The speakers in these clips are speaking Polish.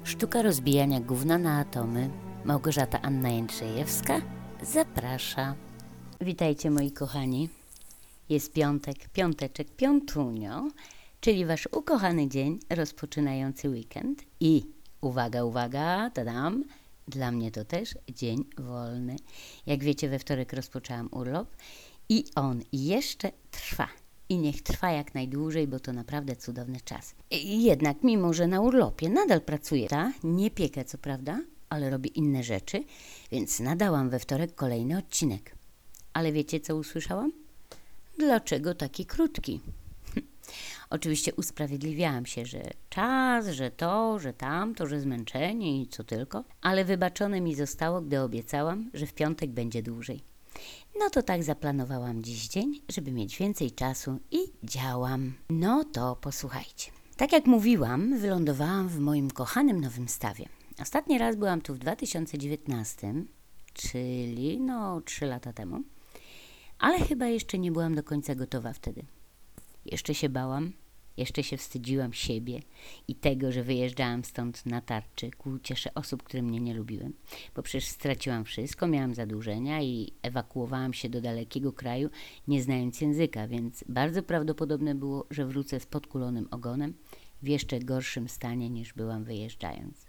Sztuka rozbijania gówna na atomy. Małgorzata Anna Jędrzejewska zaprasza. Witajcie moi kochani. Jest piątek, piąteczek, piątunio, czyli wasz ukochany dzień rozpoczynający weekend. I uwaga, uwaga, tadam, dla mnie to też dzień wolny. Jak wiecie, we wtorek rozpoczęłam urlop i on jeszcze trwa. I niech trwa jak najdłużej, bo to naprawdę cudowny czas. I jednak, mimo że na urlopie nadal pracuję, nie piekę co prawda, ale robię inne rzeczy, więc nadałam we wtorek kolejny odcinek. Ale wiecie, co usłyszałam? Dlaczego taki krótki? Oczywiście usprawiedliwiałam się, że czas, że to, że tamto, że zmęczenie i co tylko, ale wybaczone mi zostało, gdy obiecałam, że w piątek będzie dłużej. No to tak zaplanowałam dziś dzień, żeby mieć więcej czasu i działam. No to posłuchajcie. Tak jak mówiłam, wylądowałam w moim kochanym nowym stawie. Ostatni raz byłam tu w 2019, czyli 3 lata temu, ale chyba jeszcze nie byłam do końca gotowa wtedy. Jeszcze się bałam, jeszcze się wstydziłam siebie i tego, że wyjeżdżałam stąd na tarczy ku uciesze osób, które mnie nie lubiły. Bo przecież straciłam wszystko, miałam zadłużenia i ewakuowałam się do dalekiego kraju, nie znając języka, więc bardzo prawdopodobne było, że wrócę z podkulonym ogonem w jeszcze gorszym stanie niż byłam wyjeżdżając.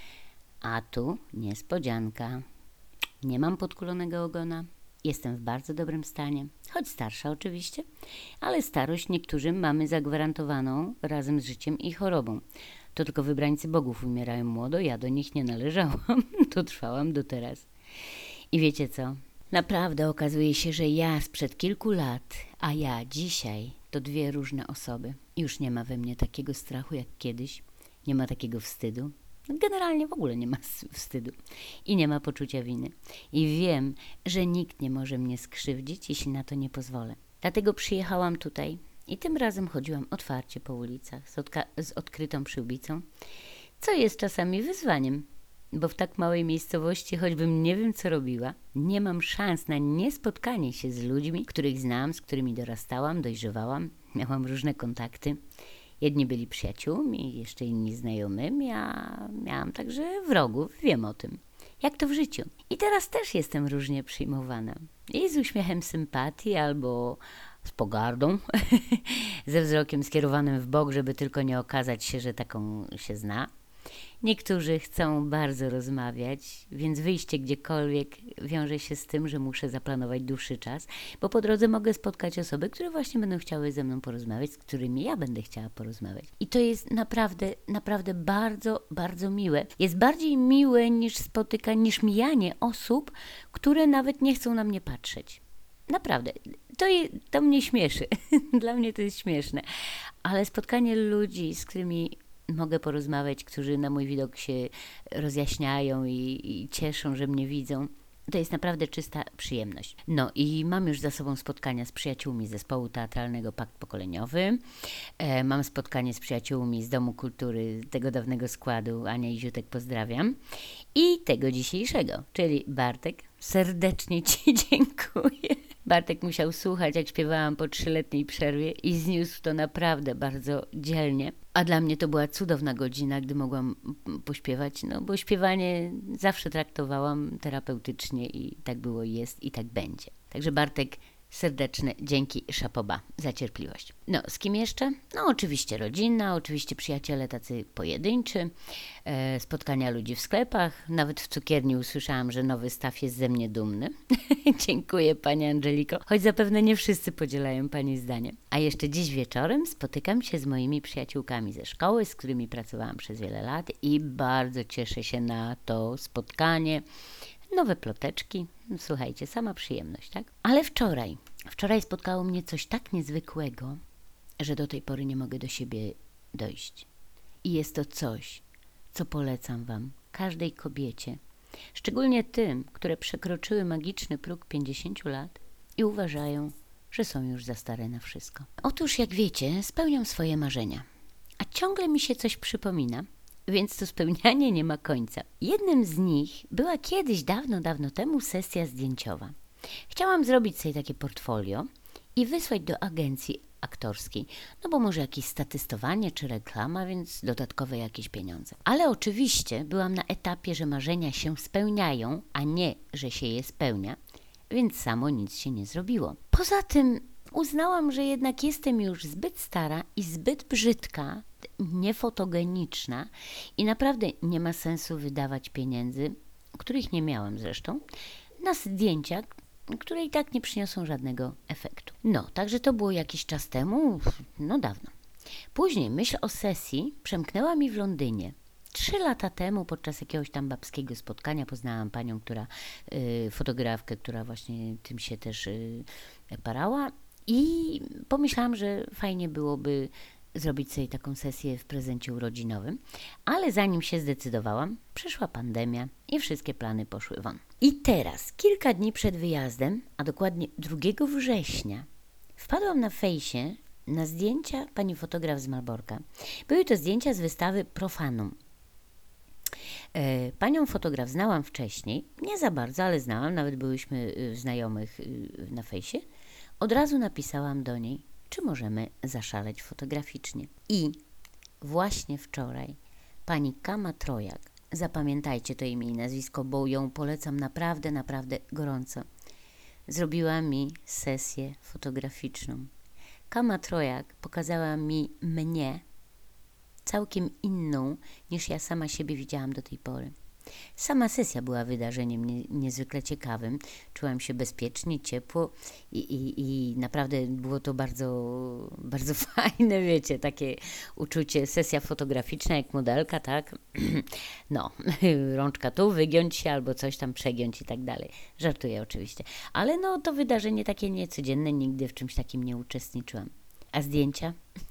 A tu niespodzianka. Nie mam podkulonego ogona. Jestem w bardzo dobrym stanie, choć starsza oczywiście, ale starość niektórym mamy zagwarantowaną razem z życiem i chorobą. To tylko wybrańcy bogów umierają młodo, ja do nich nie należałam, dotrwałam do teraz. I wiecie co? Naprawdę okazuje się, że ja sprzed kilku lat, a ja dzisiaj to dwie różne osoby. Już nie ma we mnie takiego strachu jak kiedyś, nie ma takiego wstydu. Generalnie w ogóle nie ma wstydu i nie ma poczucia winy. I wiem, że nikt nie może mnie skrzywdzić, jeśli na to nie pozwolę. Dlatego przyjechałam tutaj i tym razem chodziłam otwarcie po ulicach z odkrytą przyłbicą, co jest czasami wyzwaniem, bo w tak małej miejscowości, choćbym nie wiem co robiła, nie mam szans na niespotkanie się z ludźmi, których znam, z którymi dorastałam, dojrzewałam, miałam różne kontakty. Jedni byli przyjaciółmi, jeszcze inni znajomymi, a miałam także wrogów, wiem o tym. Jak to w życiu. I teraz też jestem różnie przyjmowana. I z uśmiechem sympatii albo z pogardą, ze wzrokiem skierowanym w bok, żeby tylko nie okazać się, że taką się zna. Niektórzy chcą bardzo rozmawiać, więc wyjście gdziekolwiek wiąże się z tym, że muszę zaplanować dłuższy czas, bo po drodze mogę spotkać osoby, które właśnie będą chciały ze mną porozmawiać, z którymi ja będę chciała porozmawiać. I to jest naprawdę bardzo, bardzo miłe. Jest bardziej miłe niż mijanie osób, które nawet nie chcą na mnie patrzeć. Naprawdę, to mnie śmieszy. Dla mnie to jest śmieszne. Ale spotkanie ludzi, z którymi mogę porozmawiać, którzy na mój widok się rozjaśniają i cieszą, że mnie widzą. To jest naprawdę czysta przyjemność. No i mam już za sobą spotkania z przyjaciółmi z zespołu teatralnego Pakt Pokoleniowy. Mam spotkanie z przyjaciółmi z Domu Kultury, tego dawnego składu, Ania i Ziutek, pozdrawiam. I tego dzisiejszego, czyli Bartek, serdecznie Ci dziękuję. Bartek musiał słuchać, jak śpiewałam po 3-letniej przerwie i zniósł to naprawdę bardzo dzielnie. A dla mnie to była cudowna godzina, gdy mogłam pośpiewać, bo śpiewanie zawsze traktowałam terapeutycznie i tak było, jest i tak będzie. Także Bartek, serdeczne dzięki, szapoba za cierpliwość. No, z kim jeszcze? No, oczywiście rodzina, oczywiście przyjaciele tacy pojedynczy, spotkania ludzi w sklepach. Nawet w cukierni usłyszałam, że nowy staw jest ze mnie dumny. Dziękuję Pani Angeliko, choć zapewne nie wszyscy podzielają Pani zdanie. A jeszcze dziś wieczorem spotykam się z moimi przyjaciółkami ze szkoły, z którymi pracowałam przez wiele lat i bardzo cieszę się na to spotkanie. Nowe ploteczki, słuchajcie, sama przyjemność, tak? Ale wczoraj spotkało mnie coś tak niezwykłego, że do tej pory nie mogę do siebie dojść. I jest to coś, co polecam Wam, każdej kobiecie, szczególnie tym, które przekroczyły magiczny próg 50 lat i uważają, że są już za stare na wszystko. Otóż, jak wiecie, spełniam swoje marzenia, a ciągle mi się coś przypomina, więc to spełnianie nie ma końca. Jednym z nich była kiedyś, dawno temu sesja zdjęciowa. Chciałam zrobić sobie takie portfolio i wysłać do agencji aktorskiej, no bo może jakieś statystowanie czy reklama, więc dodatkowe jakieś pieniądze. Ale oczywiście byłam na etapie, że marzenia się spełniają, a nie, że się je spełnia, więc samo nic się nie zrobiło. Poza tym uznałam, że jednak jestem już zbyt stara i zbyt brzydka, niefotogeniczna i naprawdę nie ma sensu wydawać pieniędzy, których nie miałam zresztą, na zdjęcia, które i tak nie przyniosą żadnego efektu. No, także to było jakiś czas temu, no dawno. Później myśl o sesji przemknęła mi w Londynie. 3 lata temu podczas jakiegoś tam babskiego spotkania poznałam panią, fotografkę, która właśnie tym się też parała i pomyślałam, że fajnie byłoby zrobić sobie taką sesję w prezencie urodzinowym, ale zanim się zdecydowałam, przyszła pandemia i wszystkie plany poszły won. I teraz, kilka dni przed wyjazdem, a dokładnie 2 września, wpadłam na fejsie na zdjęcia pani fotograf z Malborka. Były to zdjęcia z wystawy Profanum. Panią fotograf znałam wcześniej, nie za bardzo, ale znałam, nawet byłyśmy znajomych na fejsie. Od razu napisałam do niej, czy możemy zaszaleć fotograficznie. I właśnie wczoraj pani Kama Trojak, zapamiętajcie to imię i nazwisko, bo ją polecam naprawdę, naprawdę gorąco, zrobiła mi sesję fotograficzną. Kama Trojak pokazała mi mnie całkiem inną, niż ja sama siebie widziałam do tej pory. Sama sesja była wydarzeniem niezwykle ciekawym. Czułam się bezpiecznie, ciepło i naprawdę było to bardzo, bardzo fajne, wiecie, takie uczucie, sesja fotograficzna jak modelka, tak? No, rączka tu, wygiąć się albo coś tam przegiąć i tak dalej. Żartuję oczywiście. Ale no, to wydarzenie takie niecodzienne, nigdy w czymś takim nie uczestniczyłam. A zdjęcia?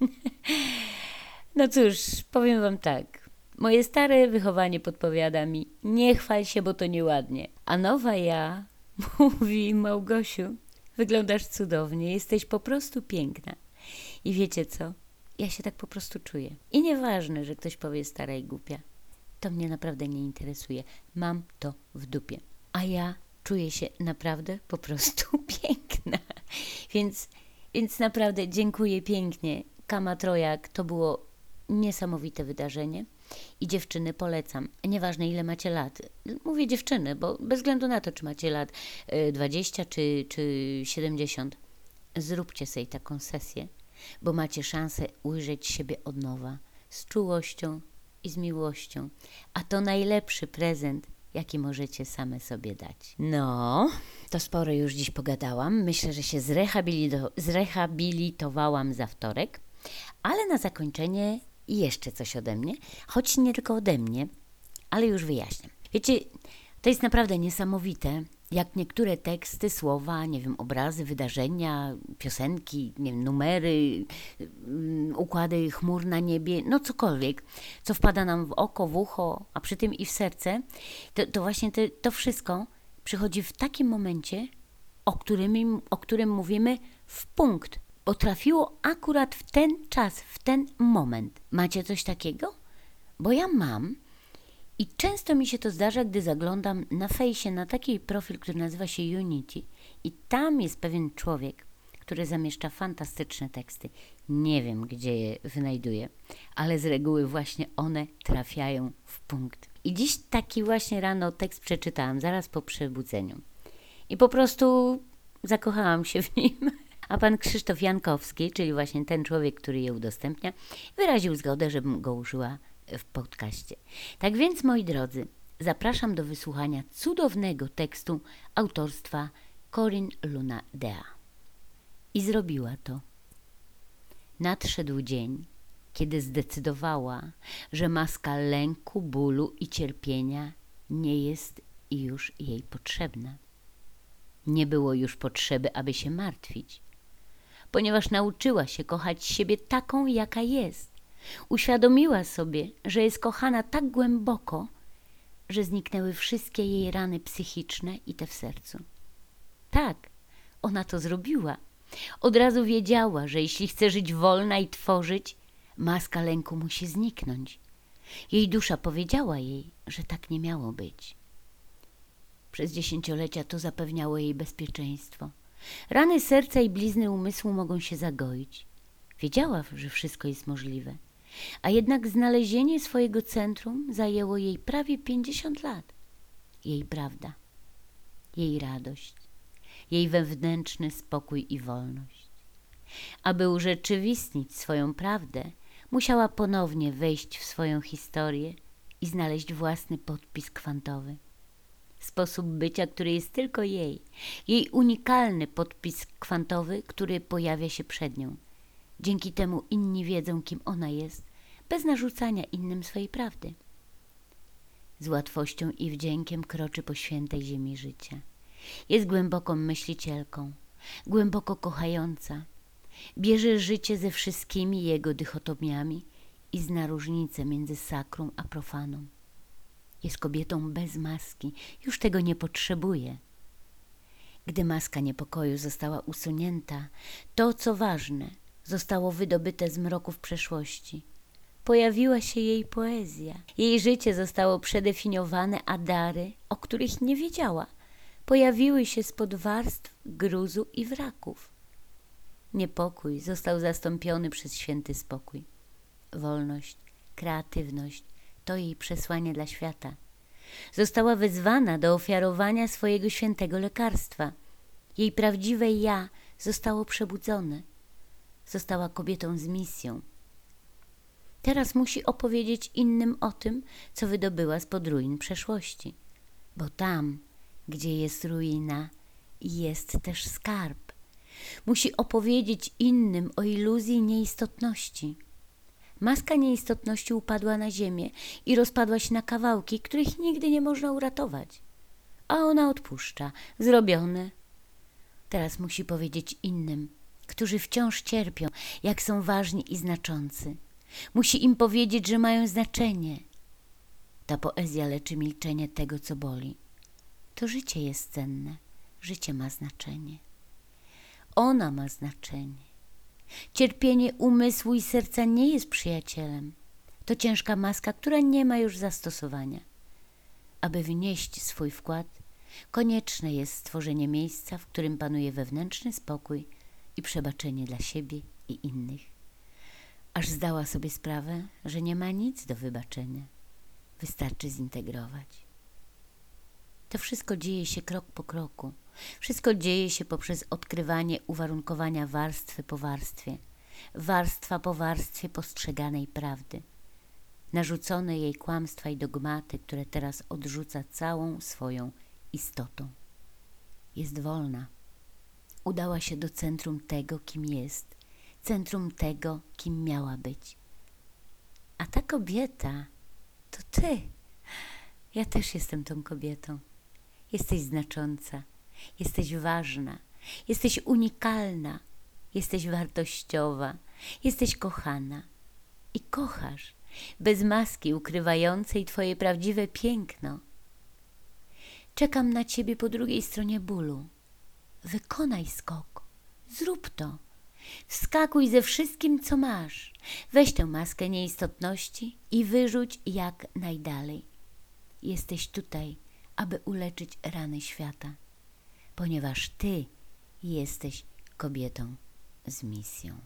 No cóż, powiem wam tak. Moje stare wychowanie podpowiada mi, nie chwal się, bo to nieładnie. A nowa ja mówi, Małgosiu, wyglądasz cudownie, jesteś po prostu piękna. I wiecie co? Ja się tak po prostu czuję. I nieważne, że ktoś powie stara i głupia. To mnie naprawdę nie interesuje. Mam to w dupie. A ja czuję się naprawdę po prostu piękna. Więc naprawdę dziękuję pięknie. Kama Trojak, to było niesamowite wydarzenie. I dziewczyny polecam, nieważne ile macie lat, mówię dziewczyny, bo bez względu na to, czy macie lat 20 czy 70, zróbcie sobie taką sesję, bo macie szansę ujrzeć siebie od nowa, z czułością i z miłością, a to najlepszy prezent, jaki możecie same sobie dać. No, to sporo już dziś pogadałam, myślę, że się zrehabilitowałam za wtorek, ale na zakończenie i jeszcze coś ode mnie, choć nie tylko ode mnie, ale już wyjaśniam. Wiecie, to jest naprawdę niesamowite, jak niektóre teksty, słowa, nie wiem, obrazy, wydarzenia, piosenki, nie wiem, numery, układy chmur na niebie, no cokolwiek, co wpada nam w oko, w ucho, a przy tym i w serce, to właśnie to wszystko przychodzi w takim momencie, o którym mówimy w punkt, bo trafiło akurat w ten czas, w ten moment. Macie coś takiego? Bo ja mam i często mi się to zdarza, gdy zaglądam na fejsie, na taki profil, który nazywa się Unity i tam jest pewien człowiek, który zamieszcza fantastyczne teksty. Nie wiem, gdzie je wynajduje, ale z reguły właśnie one trafiają w punkt. I dziś taki właśnie rano tekst przeczytałam, zaraz po przebudzeniu. I po prostu zakochałam się w nim. A pan Krzysztof Jankowski, czyli właśnie ten człowiek, który je udostępnia, wyraził zgodę, żebym go użyła w podcaście. Tak więc, moi drodzy, zapraszam do wysłuchania cudownego tekstu autorstwa Corinne Luna Dea. I zrobiła to. Nadszedł dzień, kiedy zdecydowała, że maska lęku, bólu i cierpienia nie jest już jej potrzebna. Nie było już potrzeby, aby się martwić, ponieważ nauczyła się kochać siebie taką, jaka jest. Uświadomiła sobie, że jest kochana tak głęboko, że zniknęły wszystkie jej rany psychiczne i te w sercu. Tak, ona to zrobiła. Od razu wiedziała, że jeśli chce żyć wolna i tworzyć, maska lęku musi zniknąć. Jej dusza powiedziała jej, że tak nie miało być. Przez dziesięciolecia to zapewniało jej bezpieczeństwo. Rany serca i blizny umysłu mogą się zagoić. Wiedziała, że wszystko jest możliwe, a jednak znalezienie swojego centrum zajęło jej prawie 50 lat. Jej prawda, jej radość, jej wewnętrzny spokój i wolność. Aby urzeczywistnić swoją prawdę, musiała ponownie wejść w swoją historię i znaleźć własny podpis kwantowy. Sposób bycia, który jest tylko jej unikalny podpis kwantowy, który pojawia się przed nią. Dzięki temu inni wiedzą, kim ona jest, bez narzucania innym swojej prawdy. Z łatwością i wdziękiem kroczy po świętej ziemi życia. Jest głęboką myślicielką, głęboko kochająca. Bierze życie ze wszystkimi jego dychotomiami i zna różnicę między sakrum a profaną. Jest kobietą bez maski, już tego nie potrzebuje. Gdy maska niepokoju została usunięta, to, co ważne, zostało wydobyte z mroków przeszłości. Pojawiła się jej poezja. Jej życie zostało przedefiniowane, a dary, o których nie wiedziała, pojawiły się spod warstw gruzu i wraków. Niepokój został zastąpiony przez święty spokój. Wolność, kreatywność to jej przesłanie dla świata. Została wezwana do ofiarowania swojego świętego lekarstwa. Jej prawdziwe ja zostało przebudzone. Została kobietą z misją. Teraz musi opowiedzieć innym o tym, co wydobyła spod ruin przeszłości. Bo tam, gdzie jest ruina, jest też skarb. Musi opowiedzieć innym o iluzji nieistotności. Maska nieistotności upadła na ziemię i rozpadła się na kawałki, których nigdy nie można uratować. A ona odpuszcza. Zrobione. Teraz musi powiedzieć innym, którzy wciąż cierpią, jak są ważni i znaczący. Musi im powiedzieć, że mają znaczenie. Ta poezja leczy milczenie tego, co boli. To życie jest cenne. Życie ma znaczenie. Ona ma znaczenie. Cierpienie umysłu i serca nie jest przyjacielem. To ciężka maska, która nie ma już zastosowania. Aby wnieść swój wkład, konieczne jest stworzenie miejsca, w którym panuje wewnętrzny spokój i przebaczenie dla siebie i innych. Aż zdała sobie sprawę, że nie ma nic do wybaczenia. Wystarczy zintegrować. To wszystko dzieje się krok po kroku. Wszystko dzieje się poprzez odkrywanie uwarunkowania warstwy po warstwie, warstwa po warstwie postrzeganej prawdy, narzucone jej kłamstwa i dogmaty, które teraz odrzuca całą swoją istotą. Jest wolna. Udała się do centrum tego, kim jest, centrum tego, kim miała być. A ta kobieta to ty. Ja też jestem tą kobietą. Jesteś znacząca. Jesteś ważna, jesteś unikalna, jesteś wartościowa, jesteś kochana i kochasz, bez maski ukrywającej twoje prawdziwe piękno. Czekam na ciebie po drugiej stronie bólu. Wykonaj skok, zrób to. Wskakuj ze wszystkim, co masz. Weź tę maskę nieistotności i wyrzuć jak najdalej. Jesteś tutaj, aby uleczyć rany świata. Ponieważ ty jesteś kobietą z misją.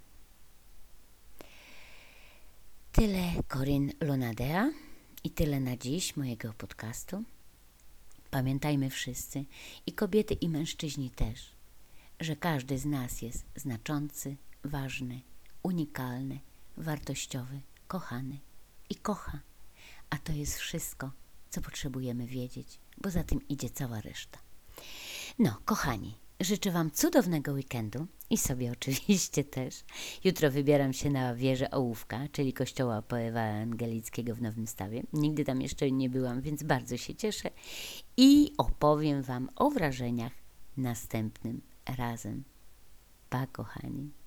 Tyle Corinne Lunadea i tyle na dziś mojego podcastu. Pamiętajmy wszyscy, i kobiety, i mężczyźni też, że każdy z nas jest znaczący, ważny, unikalny, wartościowy, kochany i kocha. A to jest wszystko, co potrzebujemy wiedzieć, bo za tym idzie cała reszta. No, kochani, życzę wam cudownego weekendu i sobie oczywiście też. Jutro wybieram się na wieżę Ołówka, czyli kościoła ewangelickiego w Nowym Stawie. Nigdy tam jeszcze nie byłam, więc bardzo się cieszę i opowiem wam o wrażeniach następnym razem. Pa, kochani.